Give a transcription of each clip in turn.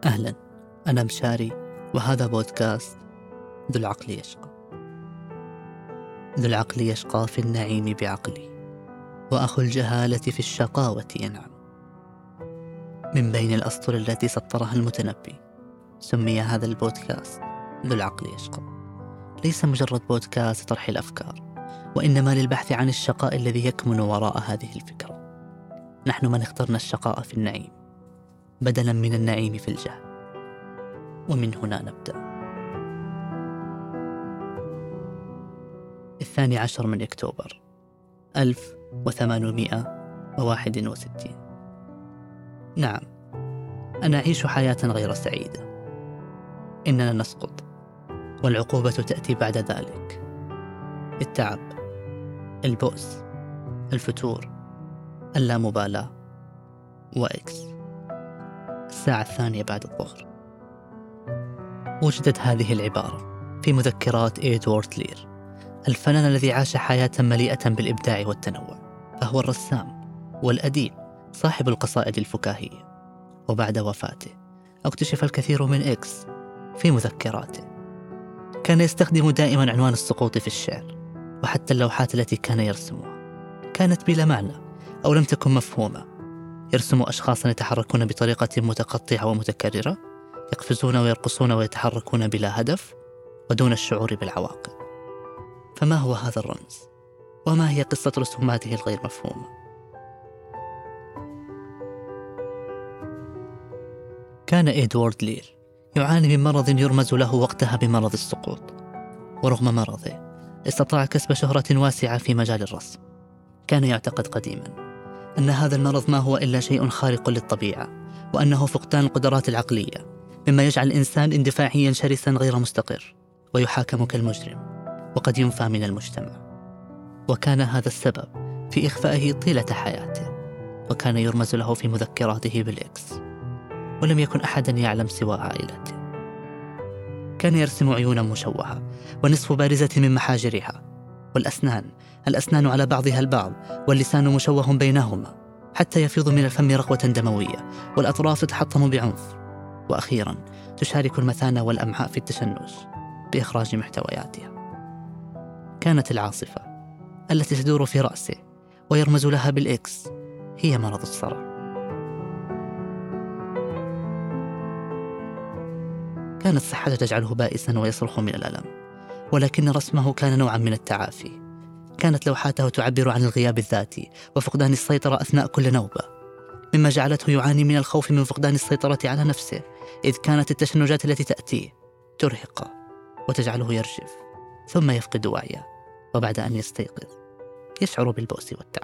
أهلا، أنا مشاري وهذا بودكاست ذو العقل يشقى. ذو العقل يشقى في النعيم بعقلي، وأخو الجهالة في الشقاوة ينعم. من بين الأسطر التي سطرها المتنبي سمي هذا البودكاست ذو العقل يشقى. ليس مجرد بودكاست طرح الأفكار، وإنما للبحث عن الشقاء الذي يكمن وراء هذه الفكرة. نحن من اخترنا الشقاء في النعيم بدلا من النعيم في الجهل، ومن هنا نبدأ. 12 أكتوبر 1861. نعم، أنا أعيش حياة غير سعيدة. إننا نسقط، والعقوبة تأتي بعد ذلك. التعب، البؤس، الفتور، اللامبالاة، وإكس. الساعة 2 بعد الظهر. وجدت هذه العبارة في مذكرات إدوارد لير، الفنان الذي عاش حياة مليئة بالإبداع والتنوع، فهو الرسام والأديب صاحب القصائد الفكاهية. وبعد وفاته اكتشف الكثير من إكس في مذكراته. كان يستخدم دائما عنوان السقوط في الشعر، وحتى اللوحات التي كان يرسمها كانت بلا معنى أو لم تكن مفهومة. يرسم أشخاصا يتحركون بطريقة متقطعة ومتكررة، يقفزون ويرقصون ويتحركون بلا هدف ودون الشعور بالعواقب. فما هو هذا الرمز؟ وما هي قصة رسوماته الغير مفهومة؟ كان إدوارد لير يعاني من مرض يرمز له وقتها بمرض السقوط، ورغم مرضه استطاع كسب شهرة واسعة في مجال الرسم. كان يعتقد قديما أن هذا المرض ما هو إلا شيء خارق للطبيعة، وأنه فقدان القدرات العقلية، مما يجعل الإنسان اندفاعيا شرسا غير مستقر، ويحاكم كالمجرم، وقد ينفى من المجتمع. وكان هذا السبب في إخفائه طيلة حياته، وكان يرمز له في مذكراته بالإكس، ولم يكن أحدا يعلم سوى عائلته. كان يرسم عيونا مشوهة ونصف بارزة من محاجرها، الأسنان على بعضها البعض، واللسان مشوه بينهما حتى يفيض من الفم رغوة دموية، والأطراف تتحطم بعنف، وأخيرا تشارك المثانة والأمعاء في التشنج بإخراج محتوياتها. كانت العاصفة التي تدور في رأسه ويرمز لها بالإكس هي مرض الصرع. كانت صحته تجعله بائسا ويصرخ من الألم، ولكن رسمه كان نوعا من التعافي. كانت لوحاته تعبر عن الغياب الذاتي وفقدان السيطرة أثناء كل نوبة، مما جعلته يعاني من الخوف من فقدان السيطرة على نفسه، إذ كانت التشنجات التي تأتيه ترهقه وتجعله يرجف، ثم يفقد وعيه، وبعد أن يستيقظ يشعر بالبؤس والتعب.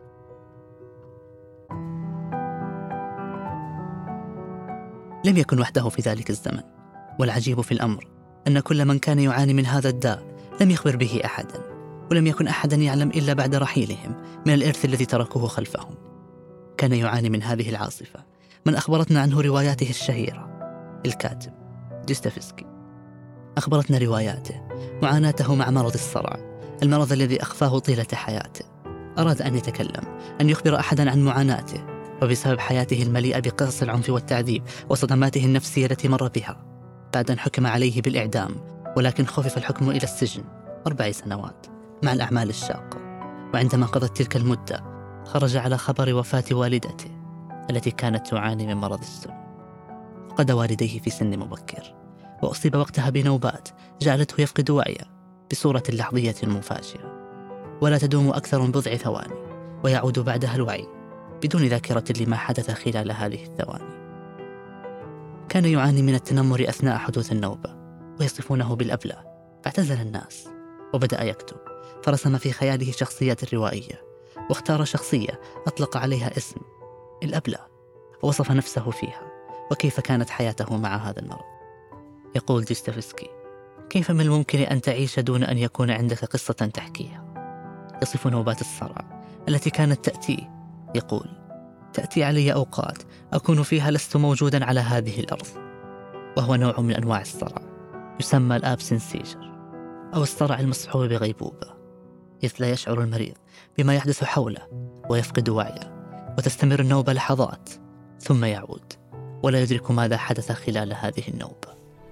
لم يكن وحده في ذلك الزمن، والعجيب في الأمر أن كل من كان يعاني من هذا الداء لم يخبر به أحدا، ولم يكن أحدا يعلم إلا بعد رحيلهم من الإرث الذي تركوه خلفهم. كان يعاني من هذه العاصفة من أخبرتنا عنه رواياته الشهيرة، الكاتب ديستويفسكي. أخبرتنا رواياته معاناته مع مرض الصرع، المرض الذي أخفاه طيلة حياته. أراد أن يتكلم، أن يخبر أحدا عن معاناته، وبسبب حياته المليئة بقصص العنف والتعذيب وصدماته النفسية التي مر بها، بعد أن حكم عليه بالإعدام، ولكن خفف الحكم إلى السجن 4 سنوات مع الأعمال الشاقة. وعندما قضت تلك المدة خرج على خبر وفاة والدته التي كانت تعاني من مرض السل. فقد والديه في سن مبكر، وأصيب وقتها بنوبات جعلته يفقد وعيه بصورة لحظية مفاجئة، ولا تدوم أكثر من بضع ثواني، ويعود بعدها الوعي بدون ذاكرة لما حدث خلال هذه الثواني. كان يعاني من التنمر أثناء حدوث النوبة، ويصفونه بالأبلة. فاعتزل الناس وبدأ يكتب، فرسم في خياله شخصيات روائية، واختار شخصية أطلق عليها اسم الأبلة، ووصف نفسه فيها وكيف كانت حياته مع هذا المرض. يقول ديستويفسكي: كيف من الممكن أن تعيش دون أن يكون عندك قصة تحكيها؟ يصف نوبات الصرع التي كانت تأتي. يقول: تأتي علي أوقات أكون فيها لست موجودا على هذه الأرض، وهو نوع من أنواع الصرع يسمى الأبسنس سيجر، أو الصرع المصحوب بغيبوبة، إذ لا يشعر المريض بما يحدث حوله ويفقد وعيه، وتستمر النوبة لحظات ثم يعود، ولا يدرك ماذا حدث خلال هذه النوبة.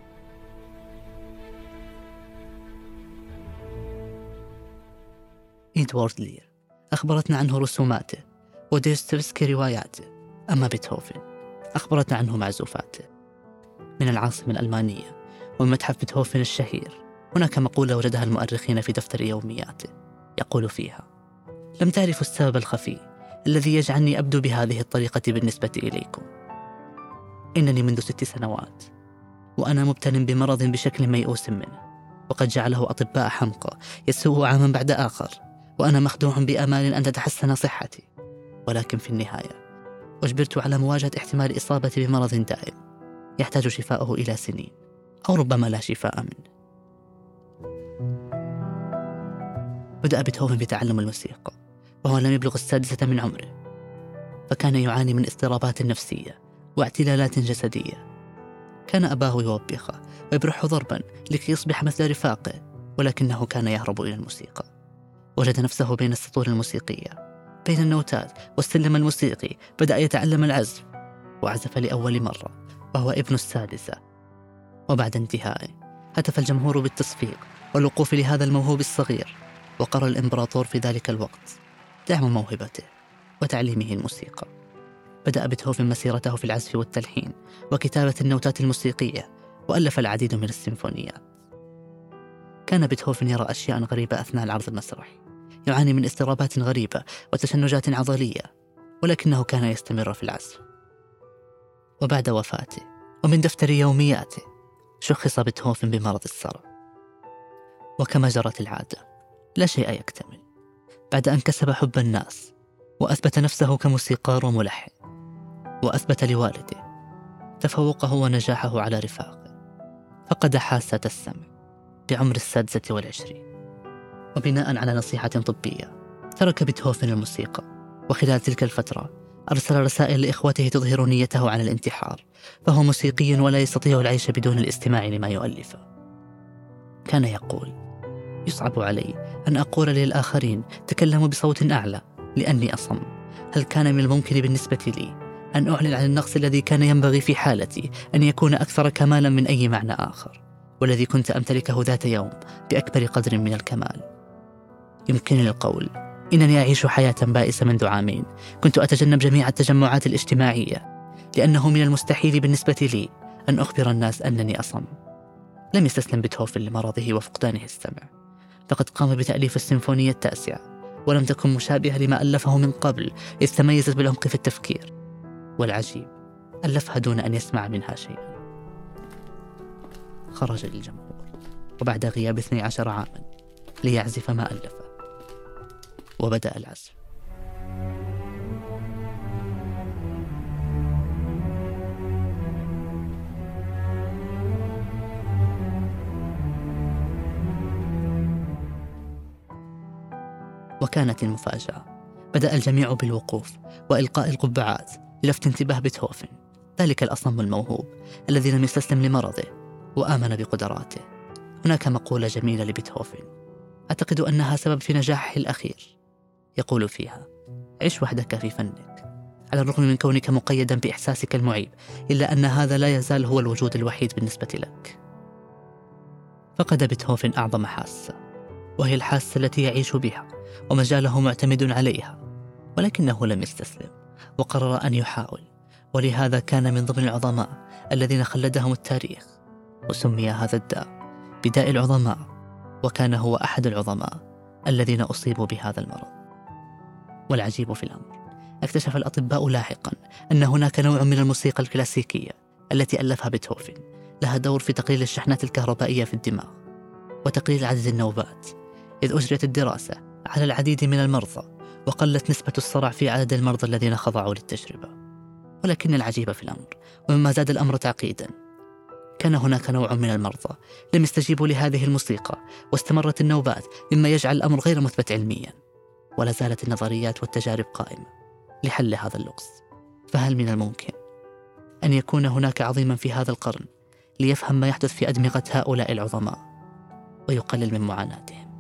إدوارد لير أخبرتنا عنه رسوماته ودوستويفسكي رواياته، أما بيتهوفن أخبرتنا عنه معزوفاته. من العاصمة الألمانية ومن متحف بيتهوفن الشهير هناك مقولة وجدها المؤرخين في دفتر يومياته يقول فيها: لم تعرفوا السبب الخفي الذي يجعلني أبدو بهذه الطريقة بالنسبة إليكم. إنني منذ 6 سنوات وأنا مبتل بمرض بشكل ميؤوس منه، وقد جعله أطباء حمقى يسوء عاما بعد آخر، وأنا مخدوع بآمال أن تتحسن صحتي. ولكن في النهاية أجبرت على مواجهة احتمال إصابتي بمرض دائم يحتاج شفاؤه إلى سنين أو ربما لا شفاء منه. بدأ بيتهوفن بتعلم الموسيقى وهو لم يبلغ 6 من عمره، فكان يعاني من اضطرابات نفسية واعتلالات جسدية. كان أباه يوبخه ويبرحه ضربا لكي يصبح مثل رفاقه، ولكنه كان يهرب إلى الموسيقى. وجد نفسه بين السطور الموسيقية، بين النوتات والسلم الموسيقي. بدأ يتعلم العزف وعزف لأول مرة وهو ابن 6. وبعد انتهائه هتف الجمهور بالتصفيق والوقوف لهذا الموهوب الصغير، وقرر الإمبراطور في ذلك الوقت دعم موهبته وتعليمه الموسيقى. بدأ بيتهوفن مسيرته في العزف والتلحين وكتابة النوتات الموسيقية، وألف العديد من السيمفونيات. كان بيتهوفن يرى أشياء غريبة أثناء العرض المسرحي، يعاني من اضطرابات غريبة وتشنجات عضلية، ولكنه كان يستمر في العزف. وبعد وفاته ومن دفتر يومياته شخص بيتهوفن بمرض الصرع. وكما جرت العادة لا شيء يكتمل. بعد أن كسب حب الناس وأثبت نفسه كموسيقار وملحن، وأثبت لوالده تفوقه ونجاحه على رفاقه، فقد حاسة السمع بعمر 26. وبناء على نصيحة طبية ترك بيتهوفن الموسيقى، وخلال تلك الفترة أرسل رسائل لإخوته تظهر نيته على الانتحار، فهو موسيقي ولا يستطيع العيش بدون الاستماع لما يؤلفه. كان يقول: يصعب علي أن أقول للآخرين تكلموا بصوت أعلى لأني أصم. هل كان من الممكن بالنسبة لي أن أعلن عن النقص الذي كان ينبغي في حالتي أن يكون أكثر كمالا من أي معنى آخر، والذي كنت أمتلكه ذات يوم بأكبر قدر من الكمال؟ يمكنني القول إنني أعيش حياة بائسة منذ 2 عام. كنت أتجنب جميع التجمعات الاجتماعية لأنه من المستحيل بالنسبة لي أن أخبر الناس أنني أصم. لم يستسلم بيتهوفن لمرضه وفقدانه السمع، فقد قام بتأليف السيمفونية 9، ولم تكن مشابهة لما ألفه من قبل، إذ تميزت بالعمق في التفكير. والعجيب ألفها دون أن يسمع منها شيئا. خرج للجمهور وبعد غياب 12 عاما ليعزف ما ألفه، وبدأ العزف. وكانت المفاجأة: بدأ الجميع بالوقوف وإلقاء القبعات للفت انتباه بيتهوفن، ذلك الأصم الموهوب الذي لم يستسلم لمرضه وآمن بقدراته. هناك مقولة جميلة لبيتهوفن أعتقد أنها سبب في نجاحه الأخير، يقول فيها: عش وحدك في فنك. على الرغم من كونك مقيدا بإحساسك المعيب، إلا أن هذا لا يزال هو الوجود الوحيد بالنسبة لك. فقد بيتهوفن أعظم حاسة، وهي الحاسة التي يعيش بها ومجاله معتمد عليها، ولكنه لم يستسلم وقرر أن يحاول. ولهذا كان من ضمن العظماء الذين خلدهم التاريخ، وسمي هذا الداء بداء العظماء، وكان هو أحد العظماء الذين أصيبوا بهذا المرض. والعجيب في الأمر اكتشف الأطباء لاحقا أن هناك نوع من الموسيقى الكلاسيكية التي ألفها بيتهوفن لها دور في تقليل الشحنات الكهربائية في الدماغ وتقليل عدد النوبات، إذ أجريت الدراسة على العديد من المرضى وقلت نسبة الصرع في عدد المرضى الذين خضعوا للتجربة. ولكن العجيب في الأمر، ومما زاد الأمر تعقيدا، كان هناك نوع من المرضى لم يستجيبوا لهذه الموسيقى واستمرت النوبات، مما يجعل الأمر غير مثبت علميا، ولا زالت النظريات والتجارب قائمة لحل هذا اللغز. فهل من الممكن أن يكون هناك عظيما في هذا القرن ليفهم ما يحدث في أدمغة هؤلاء العظماء ويقلل من معاناتهم؟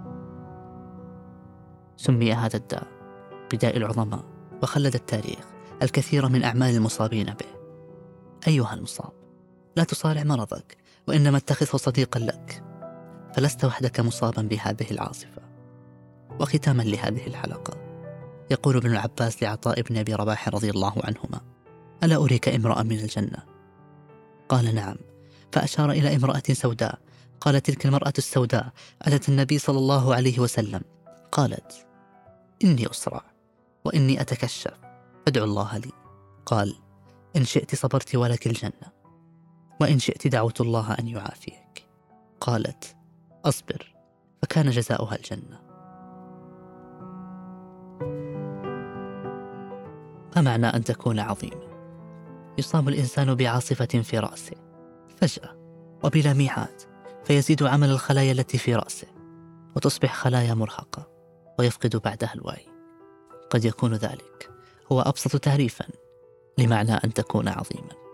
سمي هذا الداء بداء العظماء، وخلد التاريخ الكثير من أعمال المصابين به. أيها المصاب، لا تصارع مرضك، وإنما اتخذه صديقا لك، فلست وحدك مصابا بهذه العاصفة. وختاما لهذه الحلقة، يقول ابن العباس لعطاء بن أبي رباح رضي الله عنهما: ألا أريك امرأ من الجنة؟ قال: نعم. فأشار إلى امرأة سوداء. قالت تلك المرأة السوداء: أتت النبي صلى الله عليه وسلم، قالت: إني أسرع وإني أتكشف، فادعو الله لي. قال: إن شئت صبرت ولك الجنة، وإن شئت دعوت الله أن يعافيك. قالت: أصبر، فكان جزاؤها الجنة. ما معنى أن تكون عظيما؟ يصاب الإنسان بعاصفة في رأسه فجأة وبلا ميعاد، فيزيد عمل الخلايا التي في رأسه، وتصبح خلايا مرهقة، ويفقد بعدها الوعي. قد يكون ذلك هو أبسط تعريفا لمعنى أن تكون عظيما.